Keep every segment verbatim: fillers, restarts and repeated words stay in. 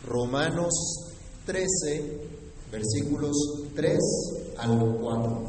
Romanos trece, versículos tres al cuatro.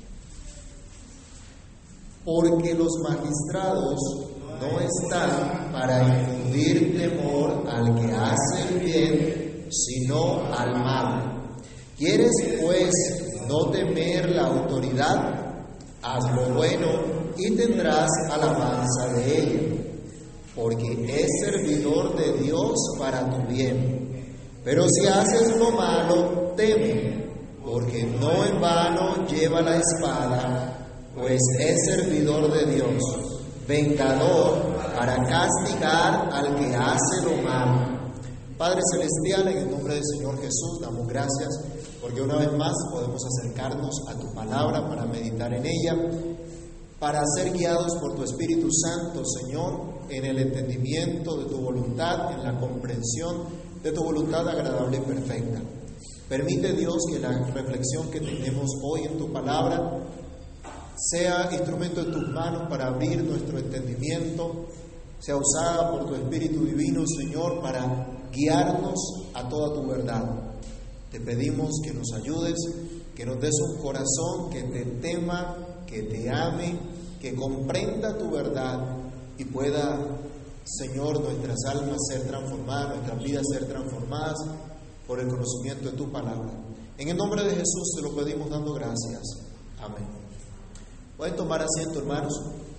Porque los magistrados no están para infundir temor al que hace el bien, sino al mal. ¿Quieres, pues, no temer la autoridad? Haz lo bueno y tendrás alabanza de ella, porque es servidor de Dios para tu bien. Pero si haces lo malo, teme, porque no en vano lleva la espada, pues es servidor de Dios, vengador para castigar al que hace lo malo. Padre Celestial, en el nombre del Señor Jesús, damos gracias porque una vez más podemos acercarnos a tu palabra para meditar en ella, para ser guiados por tu Espíritu Santo, Señor, en el entendimiento de tu voluntad, en la comprensión de tu voluntad agradable y perfecta. Permite, Dios, que la reflexión que tenemos hoy en tu palabra sea instrumento de tus manos para abrir nuestro entendimiento, sea usada por tu Espíritu Divino, Señor, para guiarnos a toda tu verdad. Te pedimos que nos ayudes, que nos des un corazón que te tema, que te ame, que comprenda tu verdad y pueda, Señor, nuestras almas ser transformadas, nuestras vidas ser transformadas por el conocimiento de tu palabra. En el nombre de Jesús te lo pedimos dando gracias. Amén. Pueden tomar asiento, hermanos.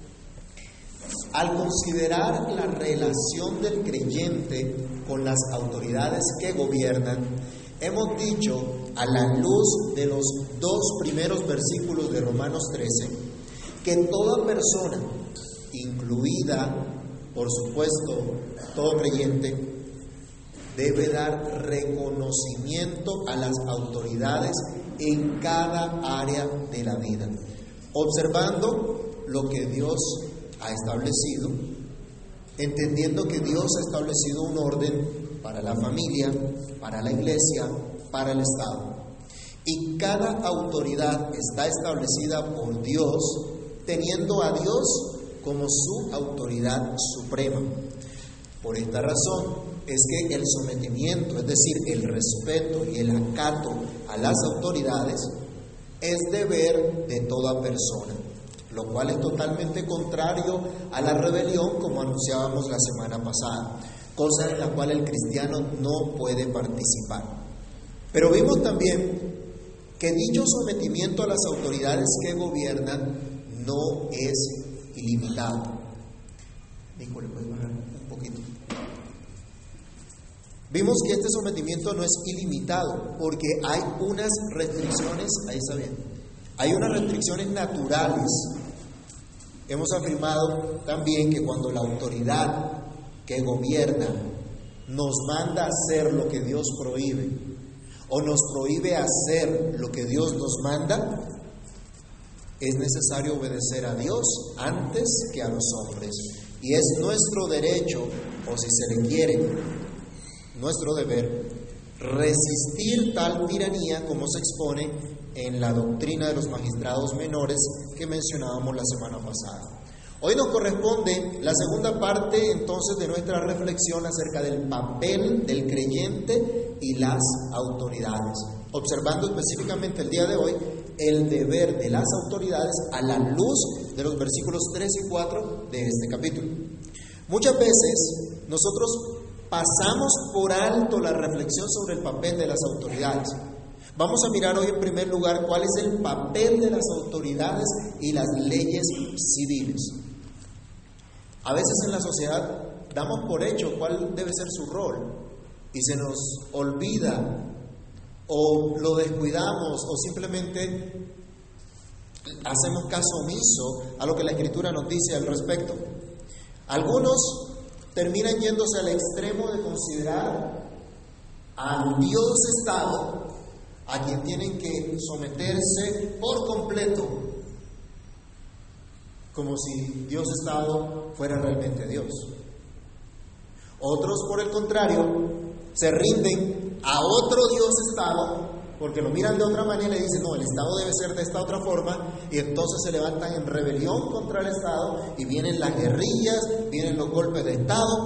Al considerar la relación del creyente con las autoridades que gobiernan, hemos dicho, a la luz de los dos primeros versículos de Romanos trece, que toda persona, incluida, por supuesto, todo creyente, debe dar reconocimiento a las autoridades en cada área de la vida, observando lo que Dios ha establecido, entendiendo que Dios ha establecido un orden para la familia, para la iglesia, para el Estado. Y cada autoridad está establecida por Dios, teniendo a Dios como su autoridad suprema. Por esta razón es que el sometimiento, es decir, el respeto y el acato a las autoridades, es deber de toda persona, lo cual es totalmente contrario a la rebelión, como anunciábamos la semana pasada, cosa en la cual el cristiano no puede participar. Pero vimos también que dicho sometimiento a las autoridades que gobiernan no es ilimitado. Nico, ¿le puedes bajar un poquito? Vimos que este sometimiento no es ilimitado porque hay unas restricciones, ahí está bien, hay unas restricciones naturales. Hemos afirmado también que cuando la autoridad que gobierna nos manda a hacer lo que Dios prohíbe o nos prohíbe hacer lo que Dios nos manda, es necesario obedecer a Dios antes que a los hombres. Y es nuestro derecho, o si se le quiere, nuestro deber, resistir tal tiranía como se expone en la doctrina de los magistrados menores que mencionábamos la semana pasada. Hoy nos corresponde la segunda parte entonces de nuestra reflexión acerca del papel del creyente y las autoridades, observando específicamente el día de hoy el deber de las autoridades a la luz de los versículos tres y cuatro de este capítulo. Muchas veces nosotros pasamos por alto la reflexión sobre el papel de las autoridades. Vamos a mirar hoy en primer lugar cuál es el papel de las autoridades y las leyes civiles. A veces en la sociedad damos por hecho cuál debe ser su rol y se nos olvida o lo descuidamos o simplemente hacemos caso omiso a lo que la Escritura nos dice al respecto. Algunos terminan yéndose al extremo de considerar al Dios Estado a quien tienen que someterse por completo, como si Dios Estado fuera realmente Dios. Otros, por el contrario, se rinden a otro Dios Estado, porque lo miran de otra manera y dicen, no, el Estado debe ser de esta otra forma, y entonces se levantan en rebelión contra el Estado, y vienen las guerrillas, vienen los golpes de Estado,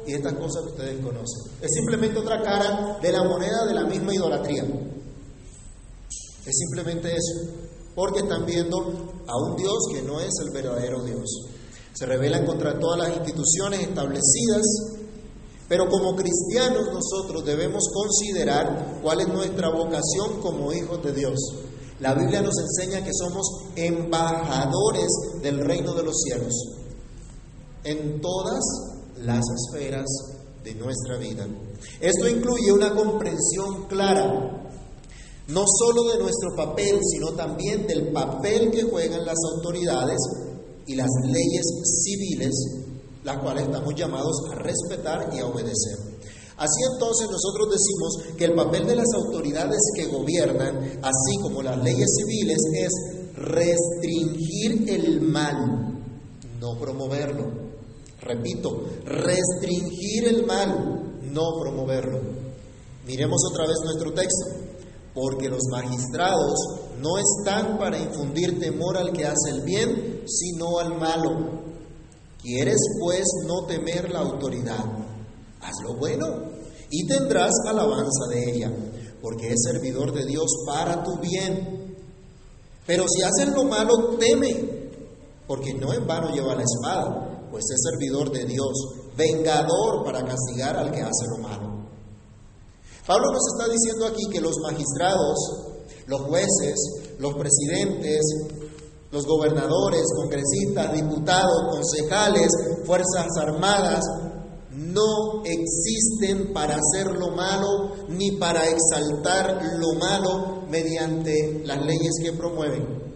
y estas cosas que ustedes conocen. Es simplemente otra cara de la moneda de la misma idolatría. Es simplemente eso, porque están viendo a un Dios que no es el verdadero Dios. Se rebelan contra todas las instituciones establecidas, pero como cristianos nosotros debemos considerar cuál es nuestra vocación como hijos de Dios. La Biblia nos enseña que somos embajadores del reino de los cielos en todas las esferas de nuestra vida. Esto incluye una comprensión clara, no solo de nuestro papel, sino también del papel que juegan las autoridades y las leyes civiles, las cuales estamos llamados a respetar y a obedecer. Así entonces nosotros decimos que el papel de las autoridades que gobiernan, así como las leyes civiles, es restringir el mal, no promoverlo. Repito, restringir el mal, no promoverlo. Miremos otra vez nuestro texto. Porque los magistrados no están para infundir temor al que hace el bien, sino al malo. ¿Quieres pues no temer la autoridad? Haz lo bueno y tendrás alabanza de ella, porque es servidor de Dios para tu bien. Pero si haces lo malo, teme, porque no en vano lleva la espada, pues es servidor de Dios, vengador para castigar al que hace lo malo. Pablo nos está diciendo aquí que los magistrados, los jueces, los presidentes, los gobernadores, congresistas, diputados, concejales, fuerzas armadas, no existen para hacer lo malo ni para exaltar lo malo mediante las leyes que promueven.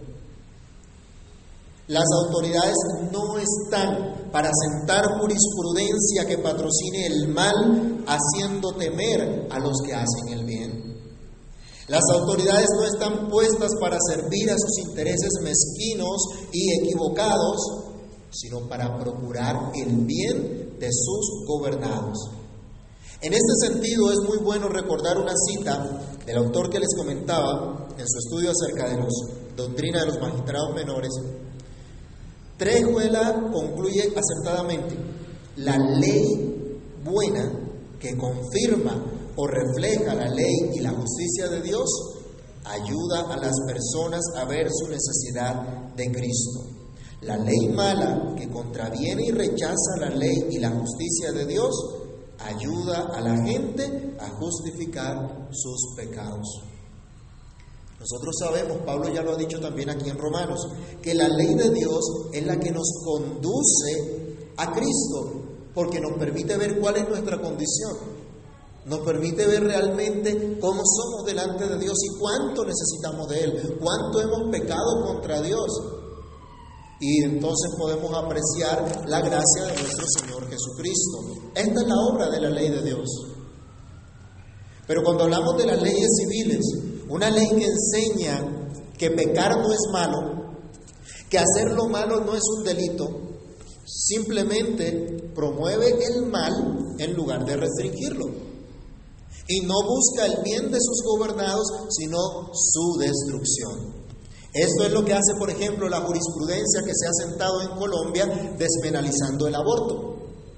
Las autoridades no están para sentar jurisprudencia que patrocine el mal, haciendo temer a los que hacen el bien. Las autoridades no están puestas para servir a sus intereses mezquinos y equivocados, sino para procurar el bien de sus gobernados. En este sentido, es muy bueno recordar una cita del autor que les comentaba en su estudio acerca de la doctrina de los magistrados menores. Trejuela concluye acertadamente: la ley buena que confirma o refleja la ley y la justicia de Dios ayuda a las personas a ver su necesidad de Cristo. La ley mala que contraviene y rechaza la ley y la justicia de Dios ayuda a la gente a justificar sus pecados. Nosotros sabemos, Pablo ya lo ha dicho también aquí en Romanos, que la ley de Dios es la que nos conduce a Cristo, porque nos permite ver cuál es nuestra condición, nos permite ver realmente cómo somos delante de Dios y cuánto necesitamos de Él, cuánto hemos pecado contra Dios. Y entonces podemos apreciar la gracia de nuestro Señor Jesucristo. Esta es la obra de la ley de Dios. Pero cuando hablamos de las leyes civiles, una ley que enseña que pecar no es malo, que hacer lo malo no es un delito, simplemente promueve el mal en lugar de restringirlo. Y no busca el bien de sus gobernados, sino su destrucción. Esto es lo que hace, por ejemplo, la jurisprudencia que se ha sentado en Colombia despenalizando el aborto.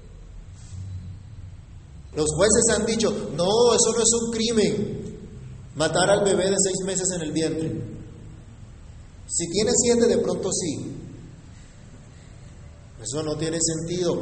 Los jueces han dicho: no, eso no es un crimen, matar al bebé de seis meses en el vientre. Si tiene siete, de pronto sí. Eso no tiene sentido.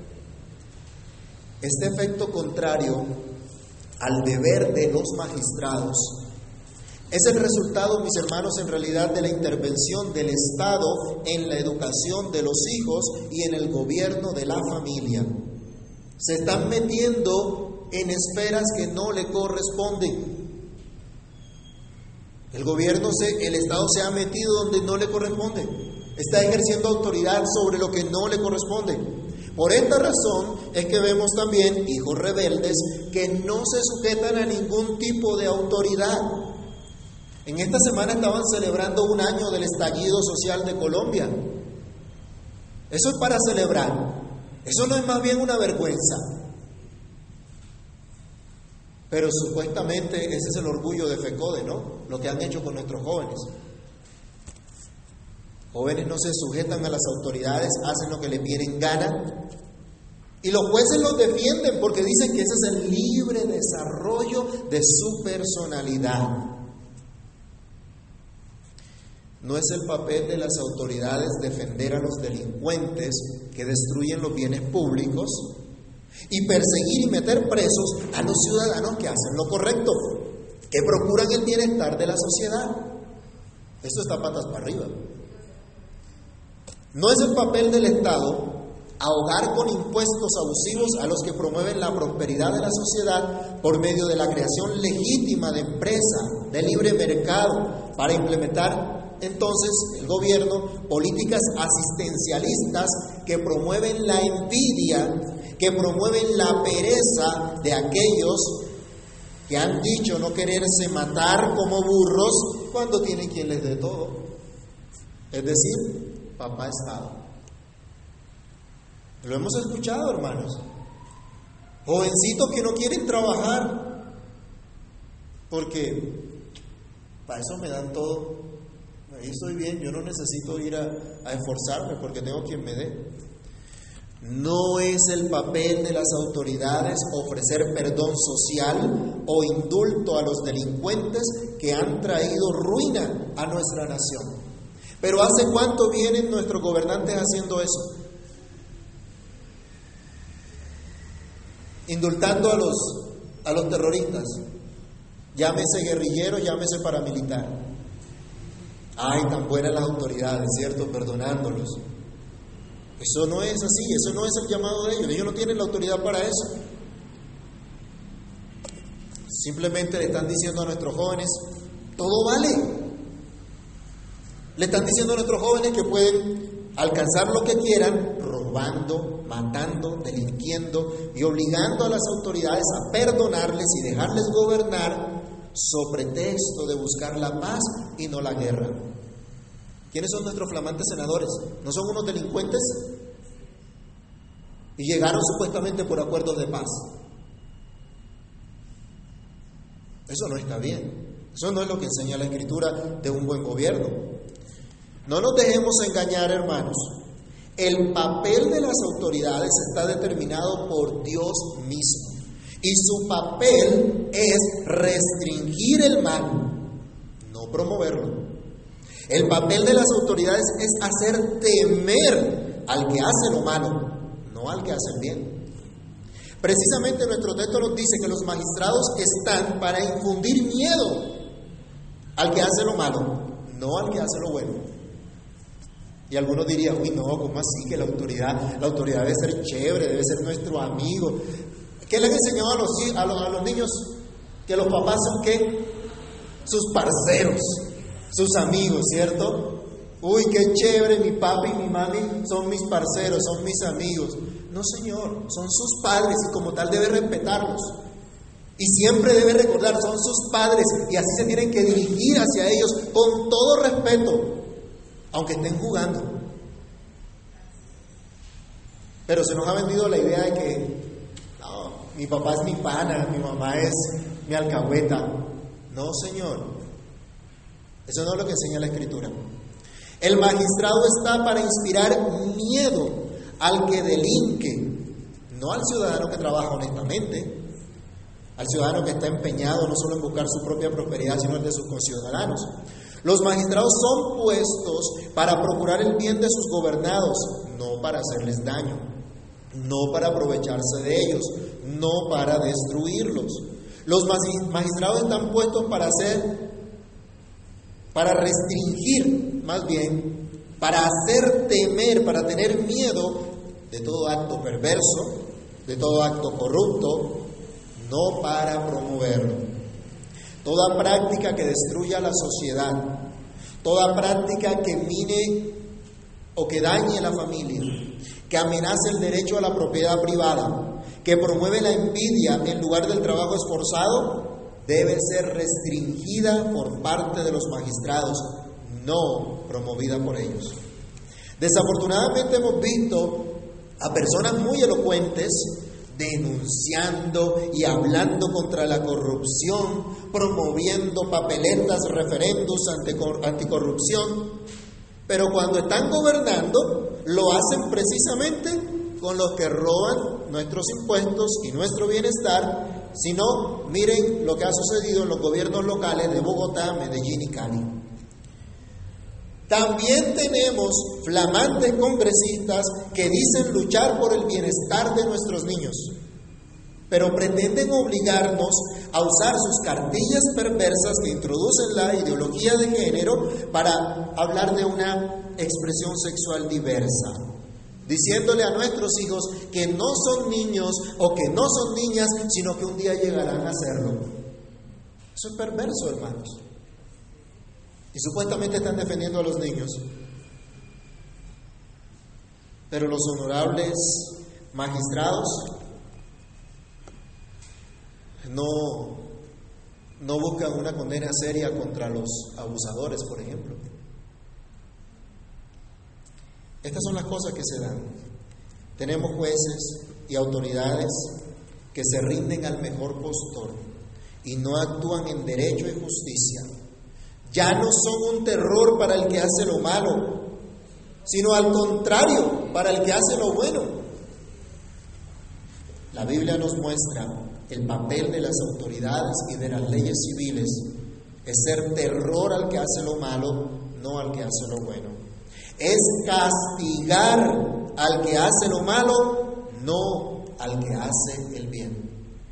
Este efecto contrario al deber de los magistrados es el resultado, mis hermanos, en realidad de la intervención del Estado en la educación de los hijos y en el gobierno de la familia. Se están metiendo en esferas que no le corresponden. El gobierno, se, el Estado se ha metido donde no le corresponde. Está ejerciendo autoridad sobre lo que no le corresponde. Por esta razón es que vemos también hijos rebeldes que no se sujetan a ningún tipo de autoridad. En esta semana estaban celebrando un año del estallido social de Colombia. Eso es para celebrar. Eso no es más bien una vergüenza. Pero supuestamente ese es el orgullo de FECODE, ¿no? Lo que han hecho con nuestros jóvenes. Jóvenes no se sujetan a las autoridades, hacen lo que les viene en gana. Y los jueces los defienden porque dicen que ese es el libre desarrollo de su personalidad. No es el papel de las autoridades defender a los delincuentes que destruyen los bienes públicos y perseguir y meter presos a los ciudadanos que hacen lo correcto, que procuran el bienestar de la sociedad. Eso está patas para arriba. No es el papel del Estado ahogar con impuestos abusivos a los que promueven la prosperidad de la sociedad por medio de la creación legítima de empresas de libre mercado para implementar entonces el gobierno políticas asistencialistas que promueven la envidia, que promueven la pereza de aquellos que han dicho no quererse matar como burros cuando tienen quien les dé todo. Es decir, papá Estado. Lo hemos escuchado, hermanos. Jovencitos que no quieren trabajar porque para eso me dan todo. Ahí estoy bien, yo no necesito ir a, a esforzarme porque tengo quien me dé. No es el papel de las autoridades ofrecer perdón social o indulto a los delincuentes que han traído ruina a nuestra nación. Pero ¿hace cuánto vienen nuestros gobernantes haciendo eso? Indultando a los, a los terroristas, llámese guerrillero, llámese paramilitar. Ay, tan buenas las autoridades, ¿cierto? Perdonándolos. Eso no es así, eso no es el llamado de ellos. Ellos no tienen la autoridad para eso. Simplemente le están diciendo a nuestros jóvenes, todo vale. Le están diciendo a nuestros jóvenes que pueden alcanzar lo que quieran, robando, matando, delinquiendo y obligando a las autoridades a perdonarles y dejarles gobernar sobre pretexto de buscar la paz y no la guerra. ¿Quiénes son nuestros flamantes senadores? ¿No son unos delincuentes? Y llegaron supuestamente por acuerdos de paz. Eso no está bien. Eso no es lo que enseña la Escritura de un buen gobierno. No nos dejemos engañar, hermanos. El papel de las autoridades está determinado por Dios mismo. Y su papel es restringir el mal, no promoverlo. El papel de las autoridades es hacer temer al que hace lo malo, no al que hace el bien. Precisamente nuestro texto nos dice que los magistrados están para infundir miedo al que hace lo malo, no al que hace lo bueno. Y algunos dirían, uy no, ¿cómo así que la autoridad, la autoridad debe ser chévere, debe ser nuestro amigo? ¿Qué les han enseñado a los, a los, a los niños? Que los papás son ¿qué? Sus parceros, sus amigos, ¿cierto? Uy, qué chévere, mi papi y mi mami son mis parceros, son mis amigos. No, señor, son sus padres y como tal debe respetarlos. Y siempre debe recordar, son sus padres y así se tienen que dirigir hacia ellos con todo respeto, aunque estén jugando. Pero se nos ha vendido la idea de que no, mi papá es mi pana, mi mamá es mi alcahueta. No, señor. Eso no es lo que enseña la Escritura. El magistrado está para inspirar miedo al que delinque, no al ciudadano que trabaja honestamente, al ciudadano que está empeñado no solo en buscar su propia prosperidad, sino el de sus conciudadanos. Los magistrados son puestos para procurar el bien de sus gobernados, no para hacerles daño, no para aprovecharse de ellos, no para destruirlos. Los magistrados están puestos para hacer, para restringir, más bien, para hacer temer, para tener miedo de todo acto perverso, de todo acto corrupto, no para promoverlo. Toda práctica que destruya la sociedad, toda práctica que mine o que dañe la familia, que amenace el derecho a la propiedad privada, que promueve la envidia en lugar del trabajo esforzado, debe ser restringida por parte de los magistrados, no promovida por ellos. Desafortunadamente hemos visto a personas muy elocuentes denunciando y hablando contra la corrupción, promoviendo papeletas, referendos anticorrupción, pero cuando están gobernando lo hacen precisamente con los que roban nuestros impuestos y nuestro bienestar, sino miren lo que ha sucedido en los gobiernos locales de Bogotá, Medellín y Cali. También tenemos flamantes congresistas que dicen luchar por el bienestar de nuestros niños, pero pretenden obligarnos a usar sus cartillas perversas que introducen la ideología de género para hablar de una expresión sexual diversa, diciéndole a nuestros hijos que no son niños o que no son niñas, sino que un día llegarán a serlo. Eso es perverso, hermanos. Y supuestamente están defendiendo a los niños. Pero los honorables magistrados no, no buscan una condena seria contra los abusadores, por ejemplo. Estas son las cosas que se dan. Tenemos jueces y autoridades que se rinden al mejor postor y no actúan en derecho y justicia. Ya no son un terror para el que hace lo malo, sino al contrario, para el que hace lo bueno. La Biblia nos muestra el papel de las autoridades y de las leyes civiles es ser terror al que hace lo malo, no al que hace lo bueno. Es castigar al que hace lo malo, no al que hace el bien.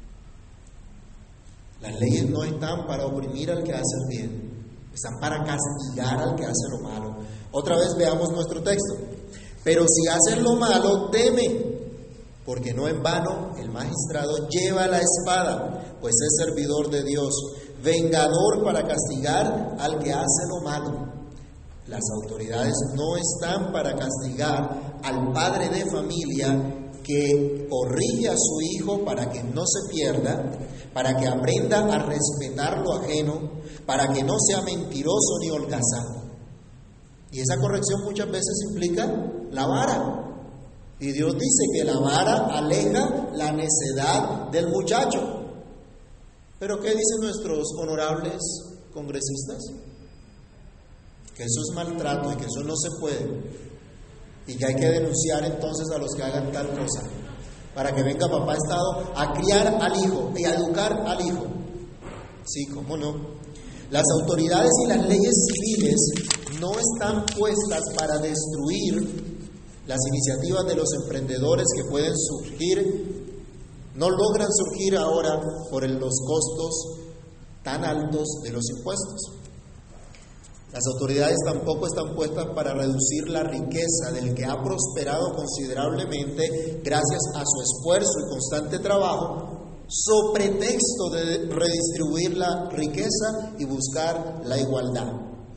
Las leyes no están para oprimir al que hace el bien, están para castigar al que hace lo malo. Otra vez veamos nuestro texto. Pero si haces lo malo, teme, porque no en vano el magistrado lleva la espada, pues es servidor de Dios, vengador para castigar al que hace lo malo. Las autoridades no están para castigar al padre de familia que corrige a su hijo para que no se pierda, para que aprenda a respetar lo ajeno, para que no sea mentiroso ni holgazán. Y esa corrección muchas veces implica la vara. Y Dios dice que la vara aleja la necedad del muchacho. ¿Pero qué dicen nuestros honorables congresistas? Que eso es maltrato y que eso no se puede. Y que hay que denunciar entonces a los que hagan tal cosa, para que venga papá Estado a criar al hijo y a educar al hijo. Sí, cómo no. Las autoridades y las leyes civiles no están puestas para destruir las iniciativas de los emprendedores que pueden surgir, no logran surgir ahora por el, los costos tan altos de los impuestos. Las autoridades tampoco están puestas para reducir la riqueza del que ha prosperado considerablemente gracias a su esfuerzo y constante trabajo, so pretexto de redistribuir la riqueza y buscar la igualdad.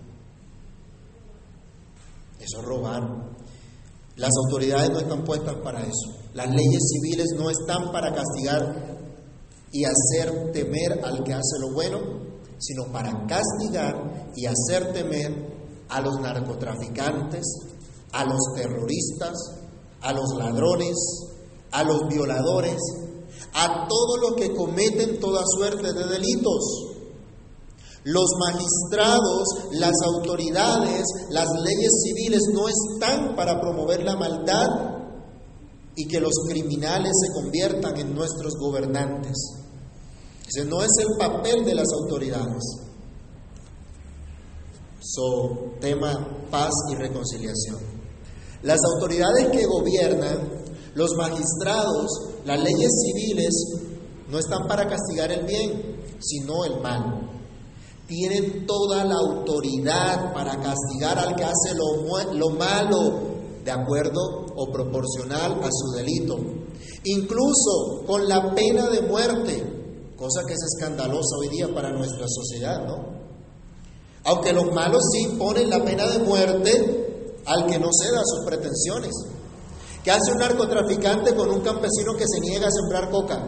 Eso es robar. Las autoridades no están puestas para eso. Las leyes civiles no están para castigar y hacer temer al que hace lo bueno, sino para castigar y hacer temer a los narcotraficantes, a los terroristas, a los ladrones, a los violadores, a todos los que cometen toda suerte de delitos. Los magistrados, las autoridades, las leyes civiles no están para promover la maldad y que los criminales se conviertan en nuestros gobernantes. Ese no es el papel de las autoridades. So, tema paz y reconciliación. Las autoridades que gobiernan, los magistrados, las leyes civiles, no están para castigar el bien, sino el mal. Tienen toda la autoridad para castigar al que hace lo, lo malo, de acuerdo o proporcional a su delito, incluso con la pena de muerte. Cosa que es escandalosa hoy día para nuestra sociedad, ¿no? Aunque los malos sí ponen la pena de muerte al que no ceda a sus pretensiones. ¿Qué hace un narcotraficante con un campesino que se niega a sembrar coca?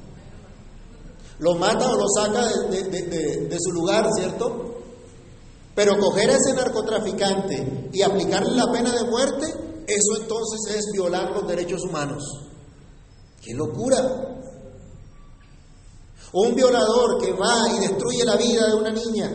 Lo mata o lo saca de, de, de, de su lugar, ¿cierto? Pero coger a ese narcotraficante y aplicarle la pena de muerte, eso entonces es violar los derechos humanos. ¡Qué locura! O un violador que va y destruye la vida de una niña,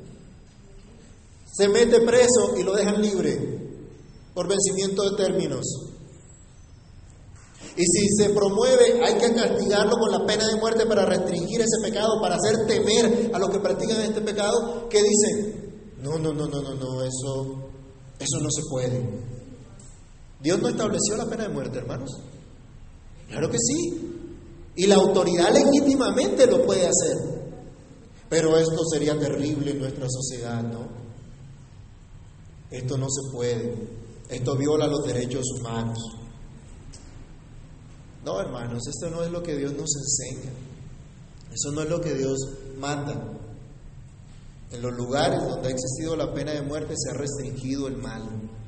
se mete preso y lo dejan libre por vencimiento de términos. Y si se promueve, hay que castigarlo con la pena de muerte para restringir ese pecado, para hacer temer a los que practican este pecado, ¿qué dicen? No, no, no, no, no, no, eso, eso no se puede. Dios no estableció la pena de muerte, hermanos. Claro que sí. Y la autoridad legítimamente lo puede hacer. Pero esto sería terrible en nuestra sociedad, ¿no? Esto no se puede. Esto viola los derechos humanos. No, hermanos, esto no es lo que Dios nos enseña. Eso no es lo que Dios manda. En los lugares donde ha existido la pena de muerte se ha restringido el mal.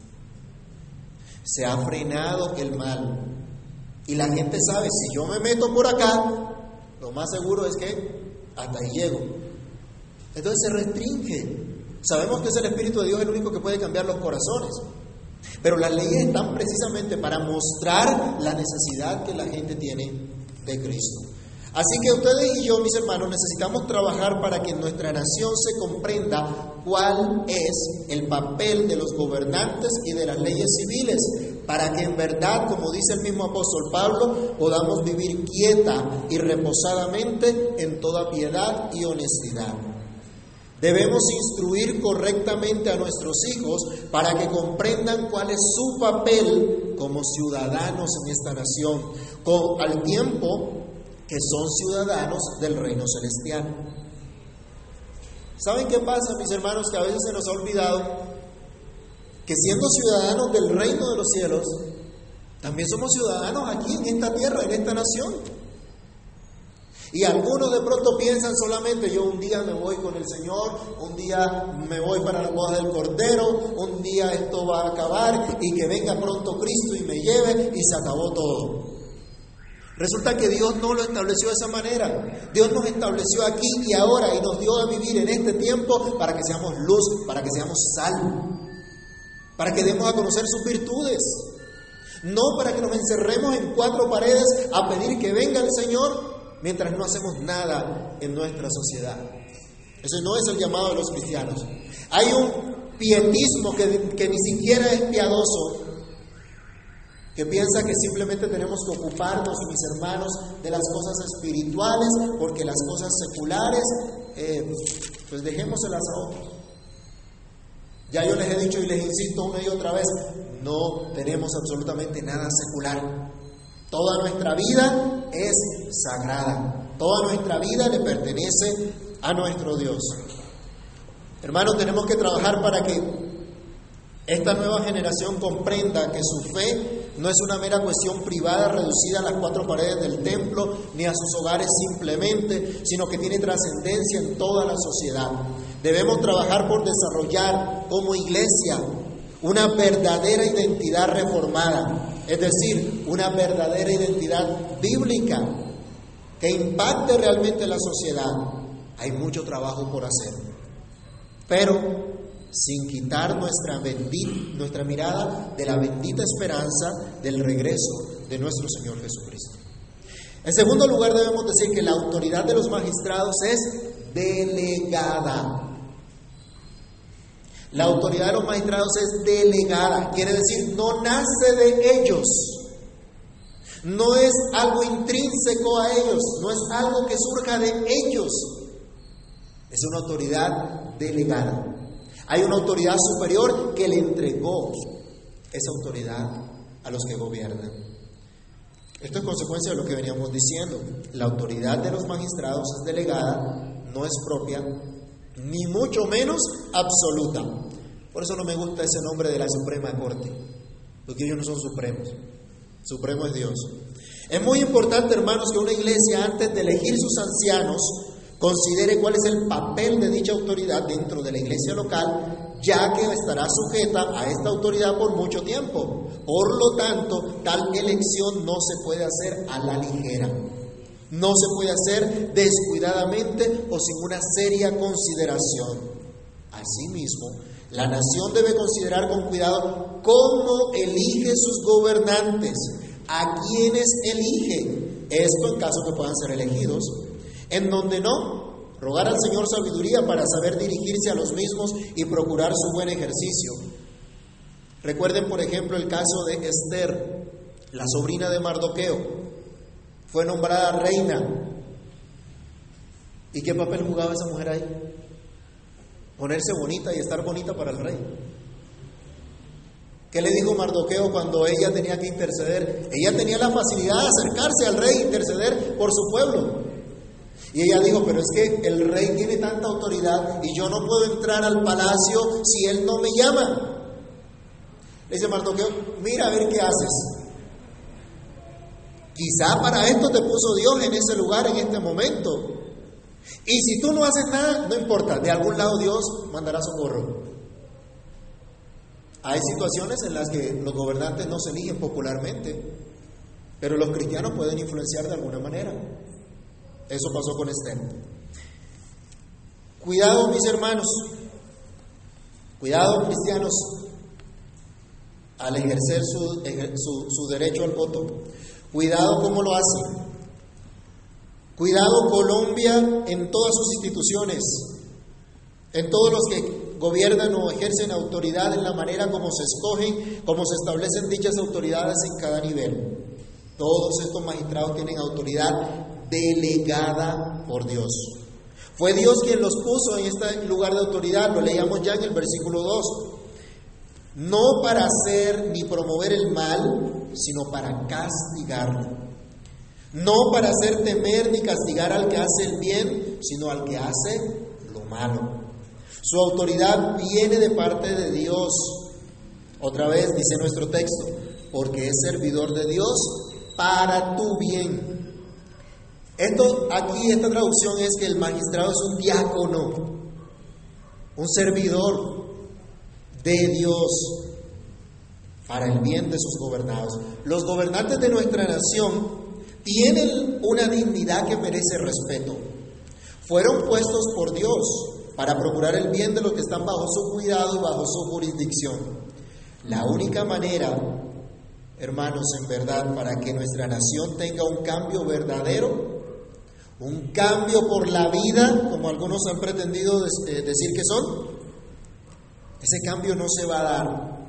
Se ha frenado el mal. Y la gente sabe, si yo me meto por acá, lo más seguro es que hasta ahí llego. Entonces se restringe. Sabemos que es el Espíritu de Dios el único que puede cambiar los corazones. Pero las leyes están precisamente para mostrar la necesidad que la gente tiene de Cristo. Así que ustedes y yo, mis hermanos, necesitamos trabajar para que en nuestra nación se comprenda cuál es el papel de los gobernantes y de las leyes civiles, para que en verdad, como dice el mismo apóstol Pablo, podamos vivir quieta y reposadamente en toda piedad y honestidad. Debemos instruir correctamente a nuestros hijos para que comprendan cuál es su papel como ciudadanos en esta nación, con, al tiempo que son ciudadanos del reino celestial. ¿Saben qué pasa, mis hermanos? Que a veces se nos ha olvidado que siendo ciudadanos del reino de los cielos, también somos ciudadanos aquí en esta tierra, en esta nación. Y algunos de pronto piensan solamente, yo un día me voy con el Señor, un día me voy para la boda del Cordero, un día esto va a acabar y que venga pronto Cristo y me lleve y se acabó todo. Resulta que Dios no lo estableció de esa manera. Dios nos estableció aquí y ahora y nos dio a vivir en este tiempo para que seamos luz, para que seamos sal, para que demos a conocer sus virtudes. No para que nos encerremos en cuatro paredes a pedir que venga el Señor mientras no hacemos nada en nuestra sociedad. Ese no es el llamado de los cristianos. Hay un pietismo que, que ni siquiera es piadoso, que piensa que simplemente tenemos que ocuparnos, mis hermanos, de las cosas espirituales, porque las cosas seculares, eh, pues dejémoselas a otros. Ya yo les he dicho y les insisto una y otra vez, no tenemos absolutamente nada secular. Toda nuestra vida es sagrada. Toda nuestra vida le pertenece a nuestro Dios. Hermanos, tenemos que trabajar para que esta nueva generación comprenda que su fe no es una mera cuestión privada reducida a las cuatro paredes del templo ni a sus hogares simplemente, sino que tiene trascendencia en toda la sociedad. Debemos trabajar por desarrollar como iglesia una verdadera identidad reformada. Es decir, una verdadera identidad bíblica que impacte realmente la sociedad. Hay mucho trabajo por hacer, pero sin quitar nuestra, bendita, nuestra mirada de la bendita esperanza del regreso de nuestro Señor Jesucristo. En segundo lugar, debemos decir que la autoridad de los magistrados es delegada. La autoridad de los magistrados es delegada, quiere decir, no nace de ellos, no es algo intrínseco a ellos, no es algo que surja de ellos, es una autoridad delegada. Hay una autoridad superior que le entregó esa autoridad a los que gobiernan. Esto es consecuencia de lo que veníamos diciendo. La autoridad de los magistrados es delegada, no es propia, ni mucho menos absoluta. Por eso no me gusta ese nombre de la Suprema Corte, porque ellos no son supremos. Supremo es Dios. Es muy importante, hermanos, que una iglesia, antes de elegir sus ancianos, considere cuál es el papel de dicha autoridad dentro de la iglesia local, ya que estará sujeta a esta autoridad por mucho tiempo. Por lo tanto, tal elección no se puede hacer a la ligera. No se puede hacer descuidadamente o sin una seria consideración. Asimismo, la nación debe considerar con cuidado cómo elige sus gobernantes, a quienes elige, esto en caso que puedan ser elegidos. En donde no, rogar al Señor sabiduría para saber dirigirse a los mismos y procurar su buen ejercicio. Recuerden, por ejemplo, el caso de Esther. la sobrina de Mardoqueo, fue nombrada reina. ¿Y qué papel jugaba esa mujer ahí? Ponerse bonita y estar bonita para el rey. ¿Qué le dijo Mardoqueo cuando ella tenía que interceder? Ella tenía la facilidad de acercarse al rey e interceder por su pueblo. Y ella dijo, pero es que el rey tiene tanta autoridad y yo no puedo entrar al palacio si él no me llama. Le dice Mardoqueo, mira a ver qué haces. Quizá para esto te puso Dios en ese lugar, en este momento. Y si tú no haces nada, no importa, de algún lado Dios mandará socorro. Hay situaciones en las que los gobernantes no se eligen popularmente, pero los cristianos pueden influenciar de alguna manera. Eso pasó con Esther. Cuidado, mis hermanos, cuidado, cristianos, al ejercer su, su, su derecho al voto. Cuidado cómo lo hacen. Cuidado, Colombia, en todas sus instituciones, en todos los que gobiernan o ejercen autoridad, en la manera como se escogen, como se establecen dichas autoridades en cada nivel. Todos estos magistrados tienen autoridad delegada por Dios. Fue Dios quien los puso en este lugar de autoridad, lo leíamos ya en el versículo dos. No para hacer ni promover el mal, sino para castigarlo. No para hacer temer ni castigar al que hace el bien, sino al que hace lo malo. Su autoridad viene de parte de Dios. Otra vez dice nuestro texto, porque es servidor de Dios para tu bien. Esto aquí, esta traducción es que el magistrado es un diácono, un servidor de Dios para el bien de sus gobernados. Los gobernantes de nuestra nación tienen una dignidad que merece respeto. Fueron puestos por Dios para procurar el bien de los que están bajo su cuidado y bajo su jurisdicción. La única manera, hermanos, en verdad, para que nuestra nación tenga un cambio verdadero, un cambio por la vida, como algunos han pretendido decir que son, ese cambio no se va a dar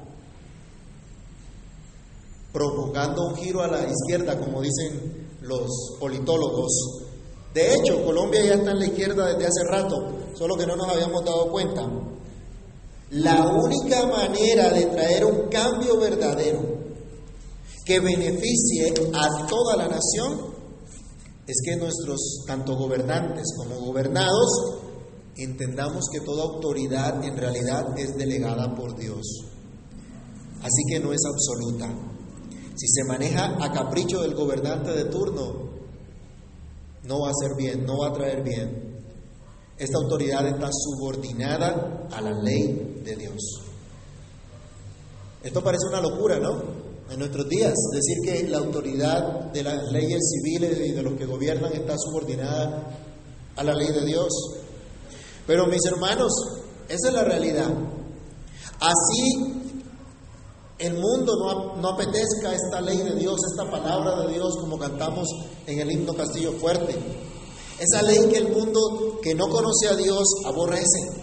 provocando un giro a la izquierda, como dicen los politólogos. De hecho, Colombia ya está en la izquierda desde hace rato, solo que no nos habíamos dado cuenta. La única manera de traer un cambio verdadero que beneficie a toda la nación es que nuestros, tanto gobernantes como gobernados, entendamos que toda autoridad en realidad es delegada por Dios. Así que no es absoluta. Si se maneja a capricho del gobernante de turno, no va a ser bien, no va a traer bien. Esta autoridad está subordinada a la ley de Dios. Esto parece una locura, ¿no? En nuestros días, decir que la autoridad de las leyes civiles y de los que gobiernan está subordinada a la ley de Dios. Pero mis hermanos, esa es la realidad. Así el mundo no, no apetezca esta ley de Dios, esta palabra de Dios, como cantamos en el himno Castillo Fuerte. Esa ley que el mundo que no conoce a Dios aborrece.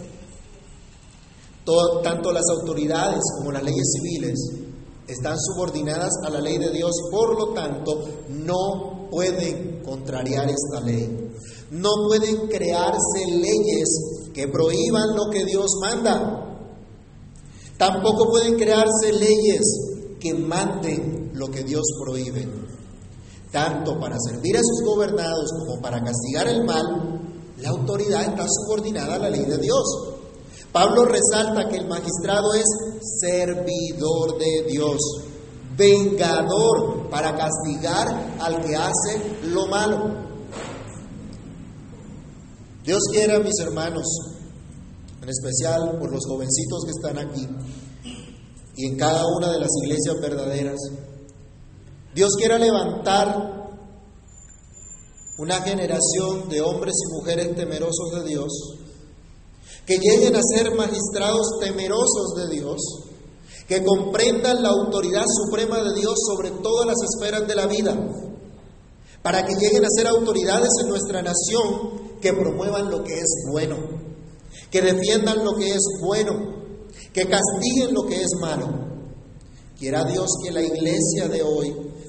Todo, tanto las autoridades como las leyes civiles están subordinadas a la ley de Dios y por lo tanto no pueden contrariar esta ley. No pueden crearse leyes que prohíban lo que Dios manda. Tampoco pueden crearse leyes que manden lo que Dios prohíbe. Tanto para servir a sus gobernados como para castigar el mal, la autoridad está subordinada a la ley de Dios. Pablo resalta que el magistrado es servidor de Dios, vengador para castigar al que hace lo malo. Dios quiera, mis hermanos, en especial por los jovencitos que están aquí y en cada una de las iglesias verdaderas, Dios quiera levantar una generación de hombres y mujeres temerosos de Dios, que lleguen a ser magistrados temerosos de Dios, que comprendan la autoridad suprema de Dios sobre todas las esferas de la vida, para que lleguen a ser autoridades en nuestra nación que promuevan lo que es bueno, que defiendan lo que es bueno, que castiguen lo que es malo. Quiera Dios que la iglesia de hoy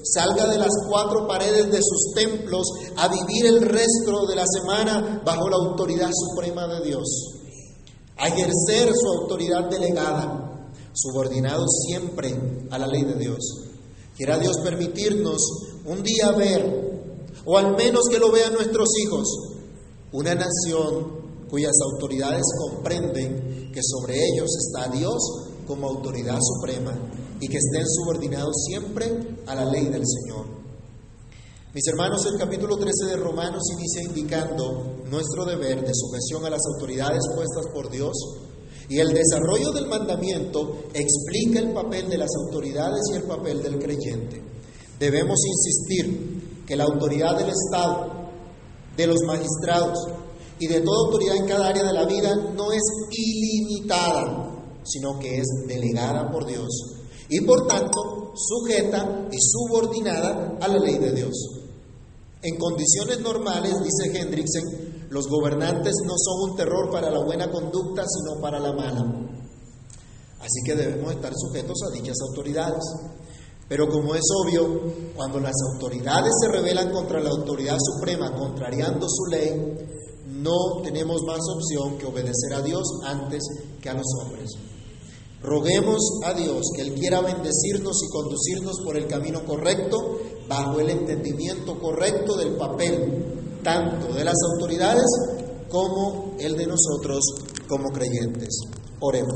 salga de las cuatro paredes de sus templos a vivir el resto de la semana bajo la autoridad suprema de Dios, a ejercer su autoridad delegada, subordinado siempre a la ley de Dios. Quiera Dios permitirnos un día ver, o al menos que lo vean nuestros hijos, una nación cuyas autoridades comprenden que sobre ellos está Dios como autoridad suprema y que estén subordinados siempre a la ley del Señor. Mis hermanos, el capítulo trece de Romanos inicia indicando nuestro deber de sujeción a las autoridades puestas por Dios, y el desarrollo del mandamiento explica el papel de las autoridades y el papel del creyente. Debemos insistir que la autoridad del Estado, de los magistrados y de toda autoridad en cada área de la vida no es ilimitada, sino que es delegada por Dios y por tanto sujeta y subordinada a la ley de Dios. En condiciones normales, dice Hendrickson, los gobernantes no son un terror para la buena conducta, sino para la mala. Así que debemos estar sujetos a dichas autoridades. Pero como es obvio, cuando las autoridades se rebelan contra la autoridad suprema, contrariando su ley, no tenemos más opción que obedecer a Dios antes que a los hombres. Roguemos a Dios que Él quiera bendecirnos y conducirnos por el camino correcto, bajo el entendimiento correcto del papel, tanto de las autoridades como el de nosotros como creyentes. Oremos.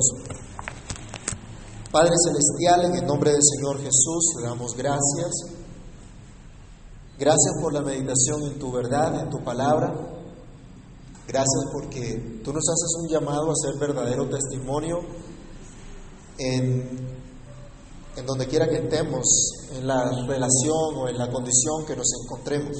Padre Celestial, en el nombre del Señor Jesús, te damos gracias. Gracias por la meditación en tu verdad, en tu palabra. Gracias porque tú nos haces un llamado a ser verdadero testimonio en, en donde quiera que estemos, en la relación o en la condición que nos encontremos.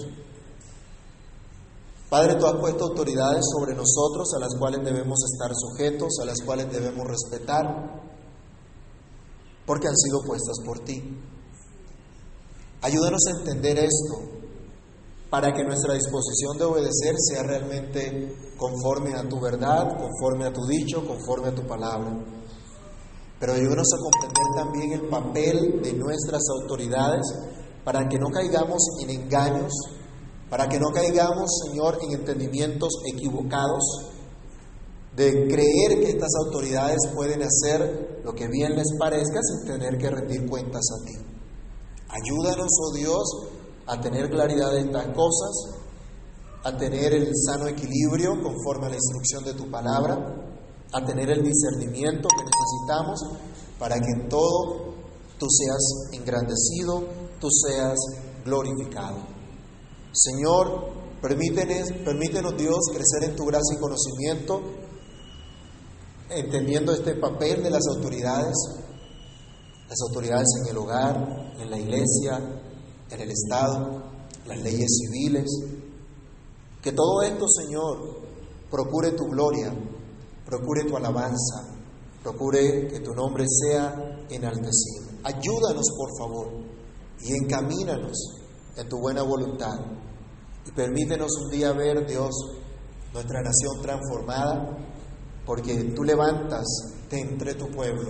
Padre, tú has puesto autoridades sobre nosotros a las cuales debemos estar sujetos, a las cuales debemos respetar, porque han sido puestas por ti. Ayúdanos a entender esto, para que nuestra disposición de obedecer sea realmente conforme a tu verdad, conforme a tu dicho, conforme a tu palabra. Pero ayúdanos a comprender también el papel de nuestras autoridades, para que no caigamos en engaños, para que no caigamos, Señor, en entendimientos equivocados, de creer que estas autoridades pueden hacer lo que bien les parezca sin tener que rendir cuentas a ti. Ayúdanos, oh Dios, a tener claridad de estas cosas, a tener el sano equilibrio conforme a la instrucción de tu palabra, a tener el discernimiento que necesitamos para que en todo tú seas engrandecido, tú seas glorificado. Señor, permítenos, permítenos Dios crecer en tu gracia y conocimiento, entendiendo este papel de las autoridades, las autoridades en el hogar, en la iglesia, en el Estado, las leyes civiles. Que todo esto, Señor, procure tu gloria, procure tu alabanza, procure que tu nombre sea enaltecido. Ayúdanos, por favor, y encamínanos en tu buena voluntad. Y permítenos un día ver, Dios, nuestra nación transformada, porque tú levantas de entre tu pueblo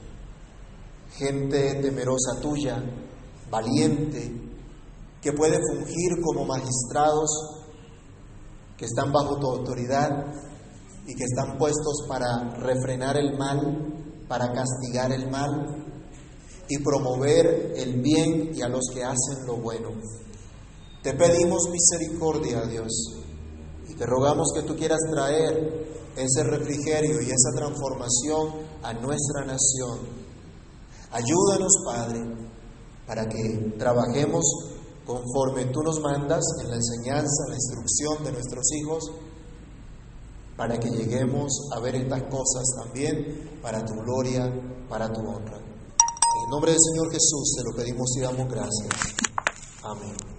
gente temerosa tuya, valiente, que puede fungir como magistrados que están bajo tu autoridad y que están puestos para refrenar el mal, para castigar el mal y promover el bien y a los que hacen lo bueno. Te pedimos misericordia, Dios, y te rogamos que tú quieras traer ese refrigerio y esa transformación a nuestra nación. Ayúdanos, Padre, para que trabajemos conforme tú nos mandas en la enseñanza, en la instrucción de nuestros hijos, para que lleguemos a ver estas cosas también para tu gloria, para tu honra. En el nombre del Señor Jesús te lo pedimos y damos gracias. Amén.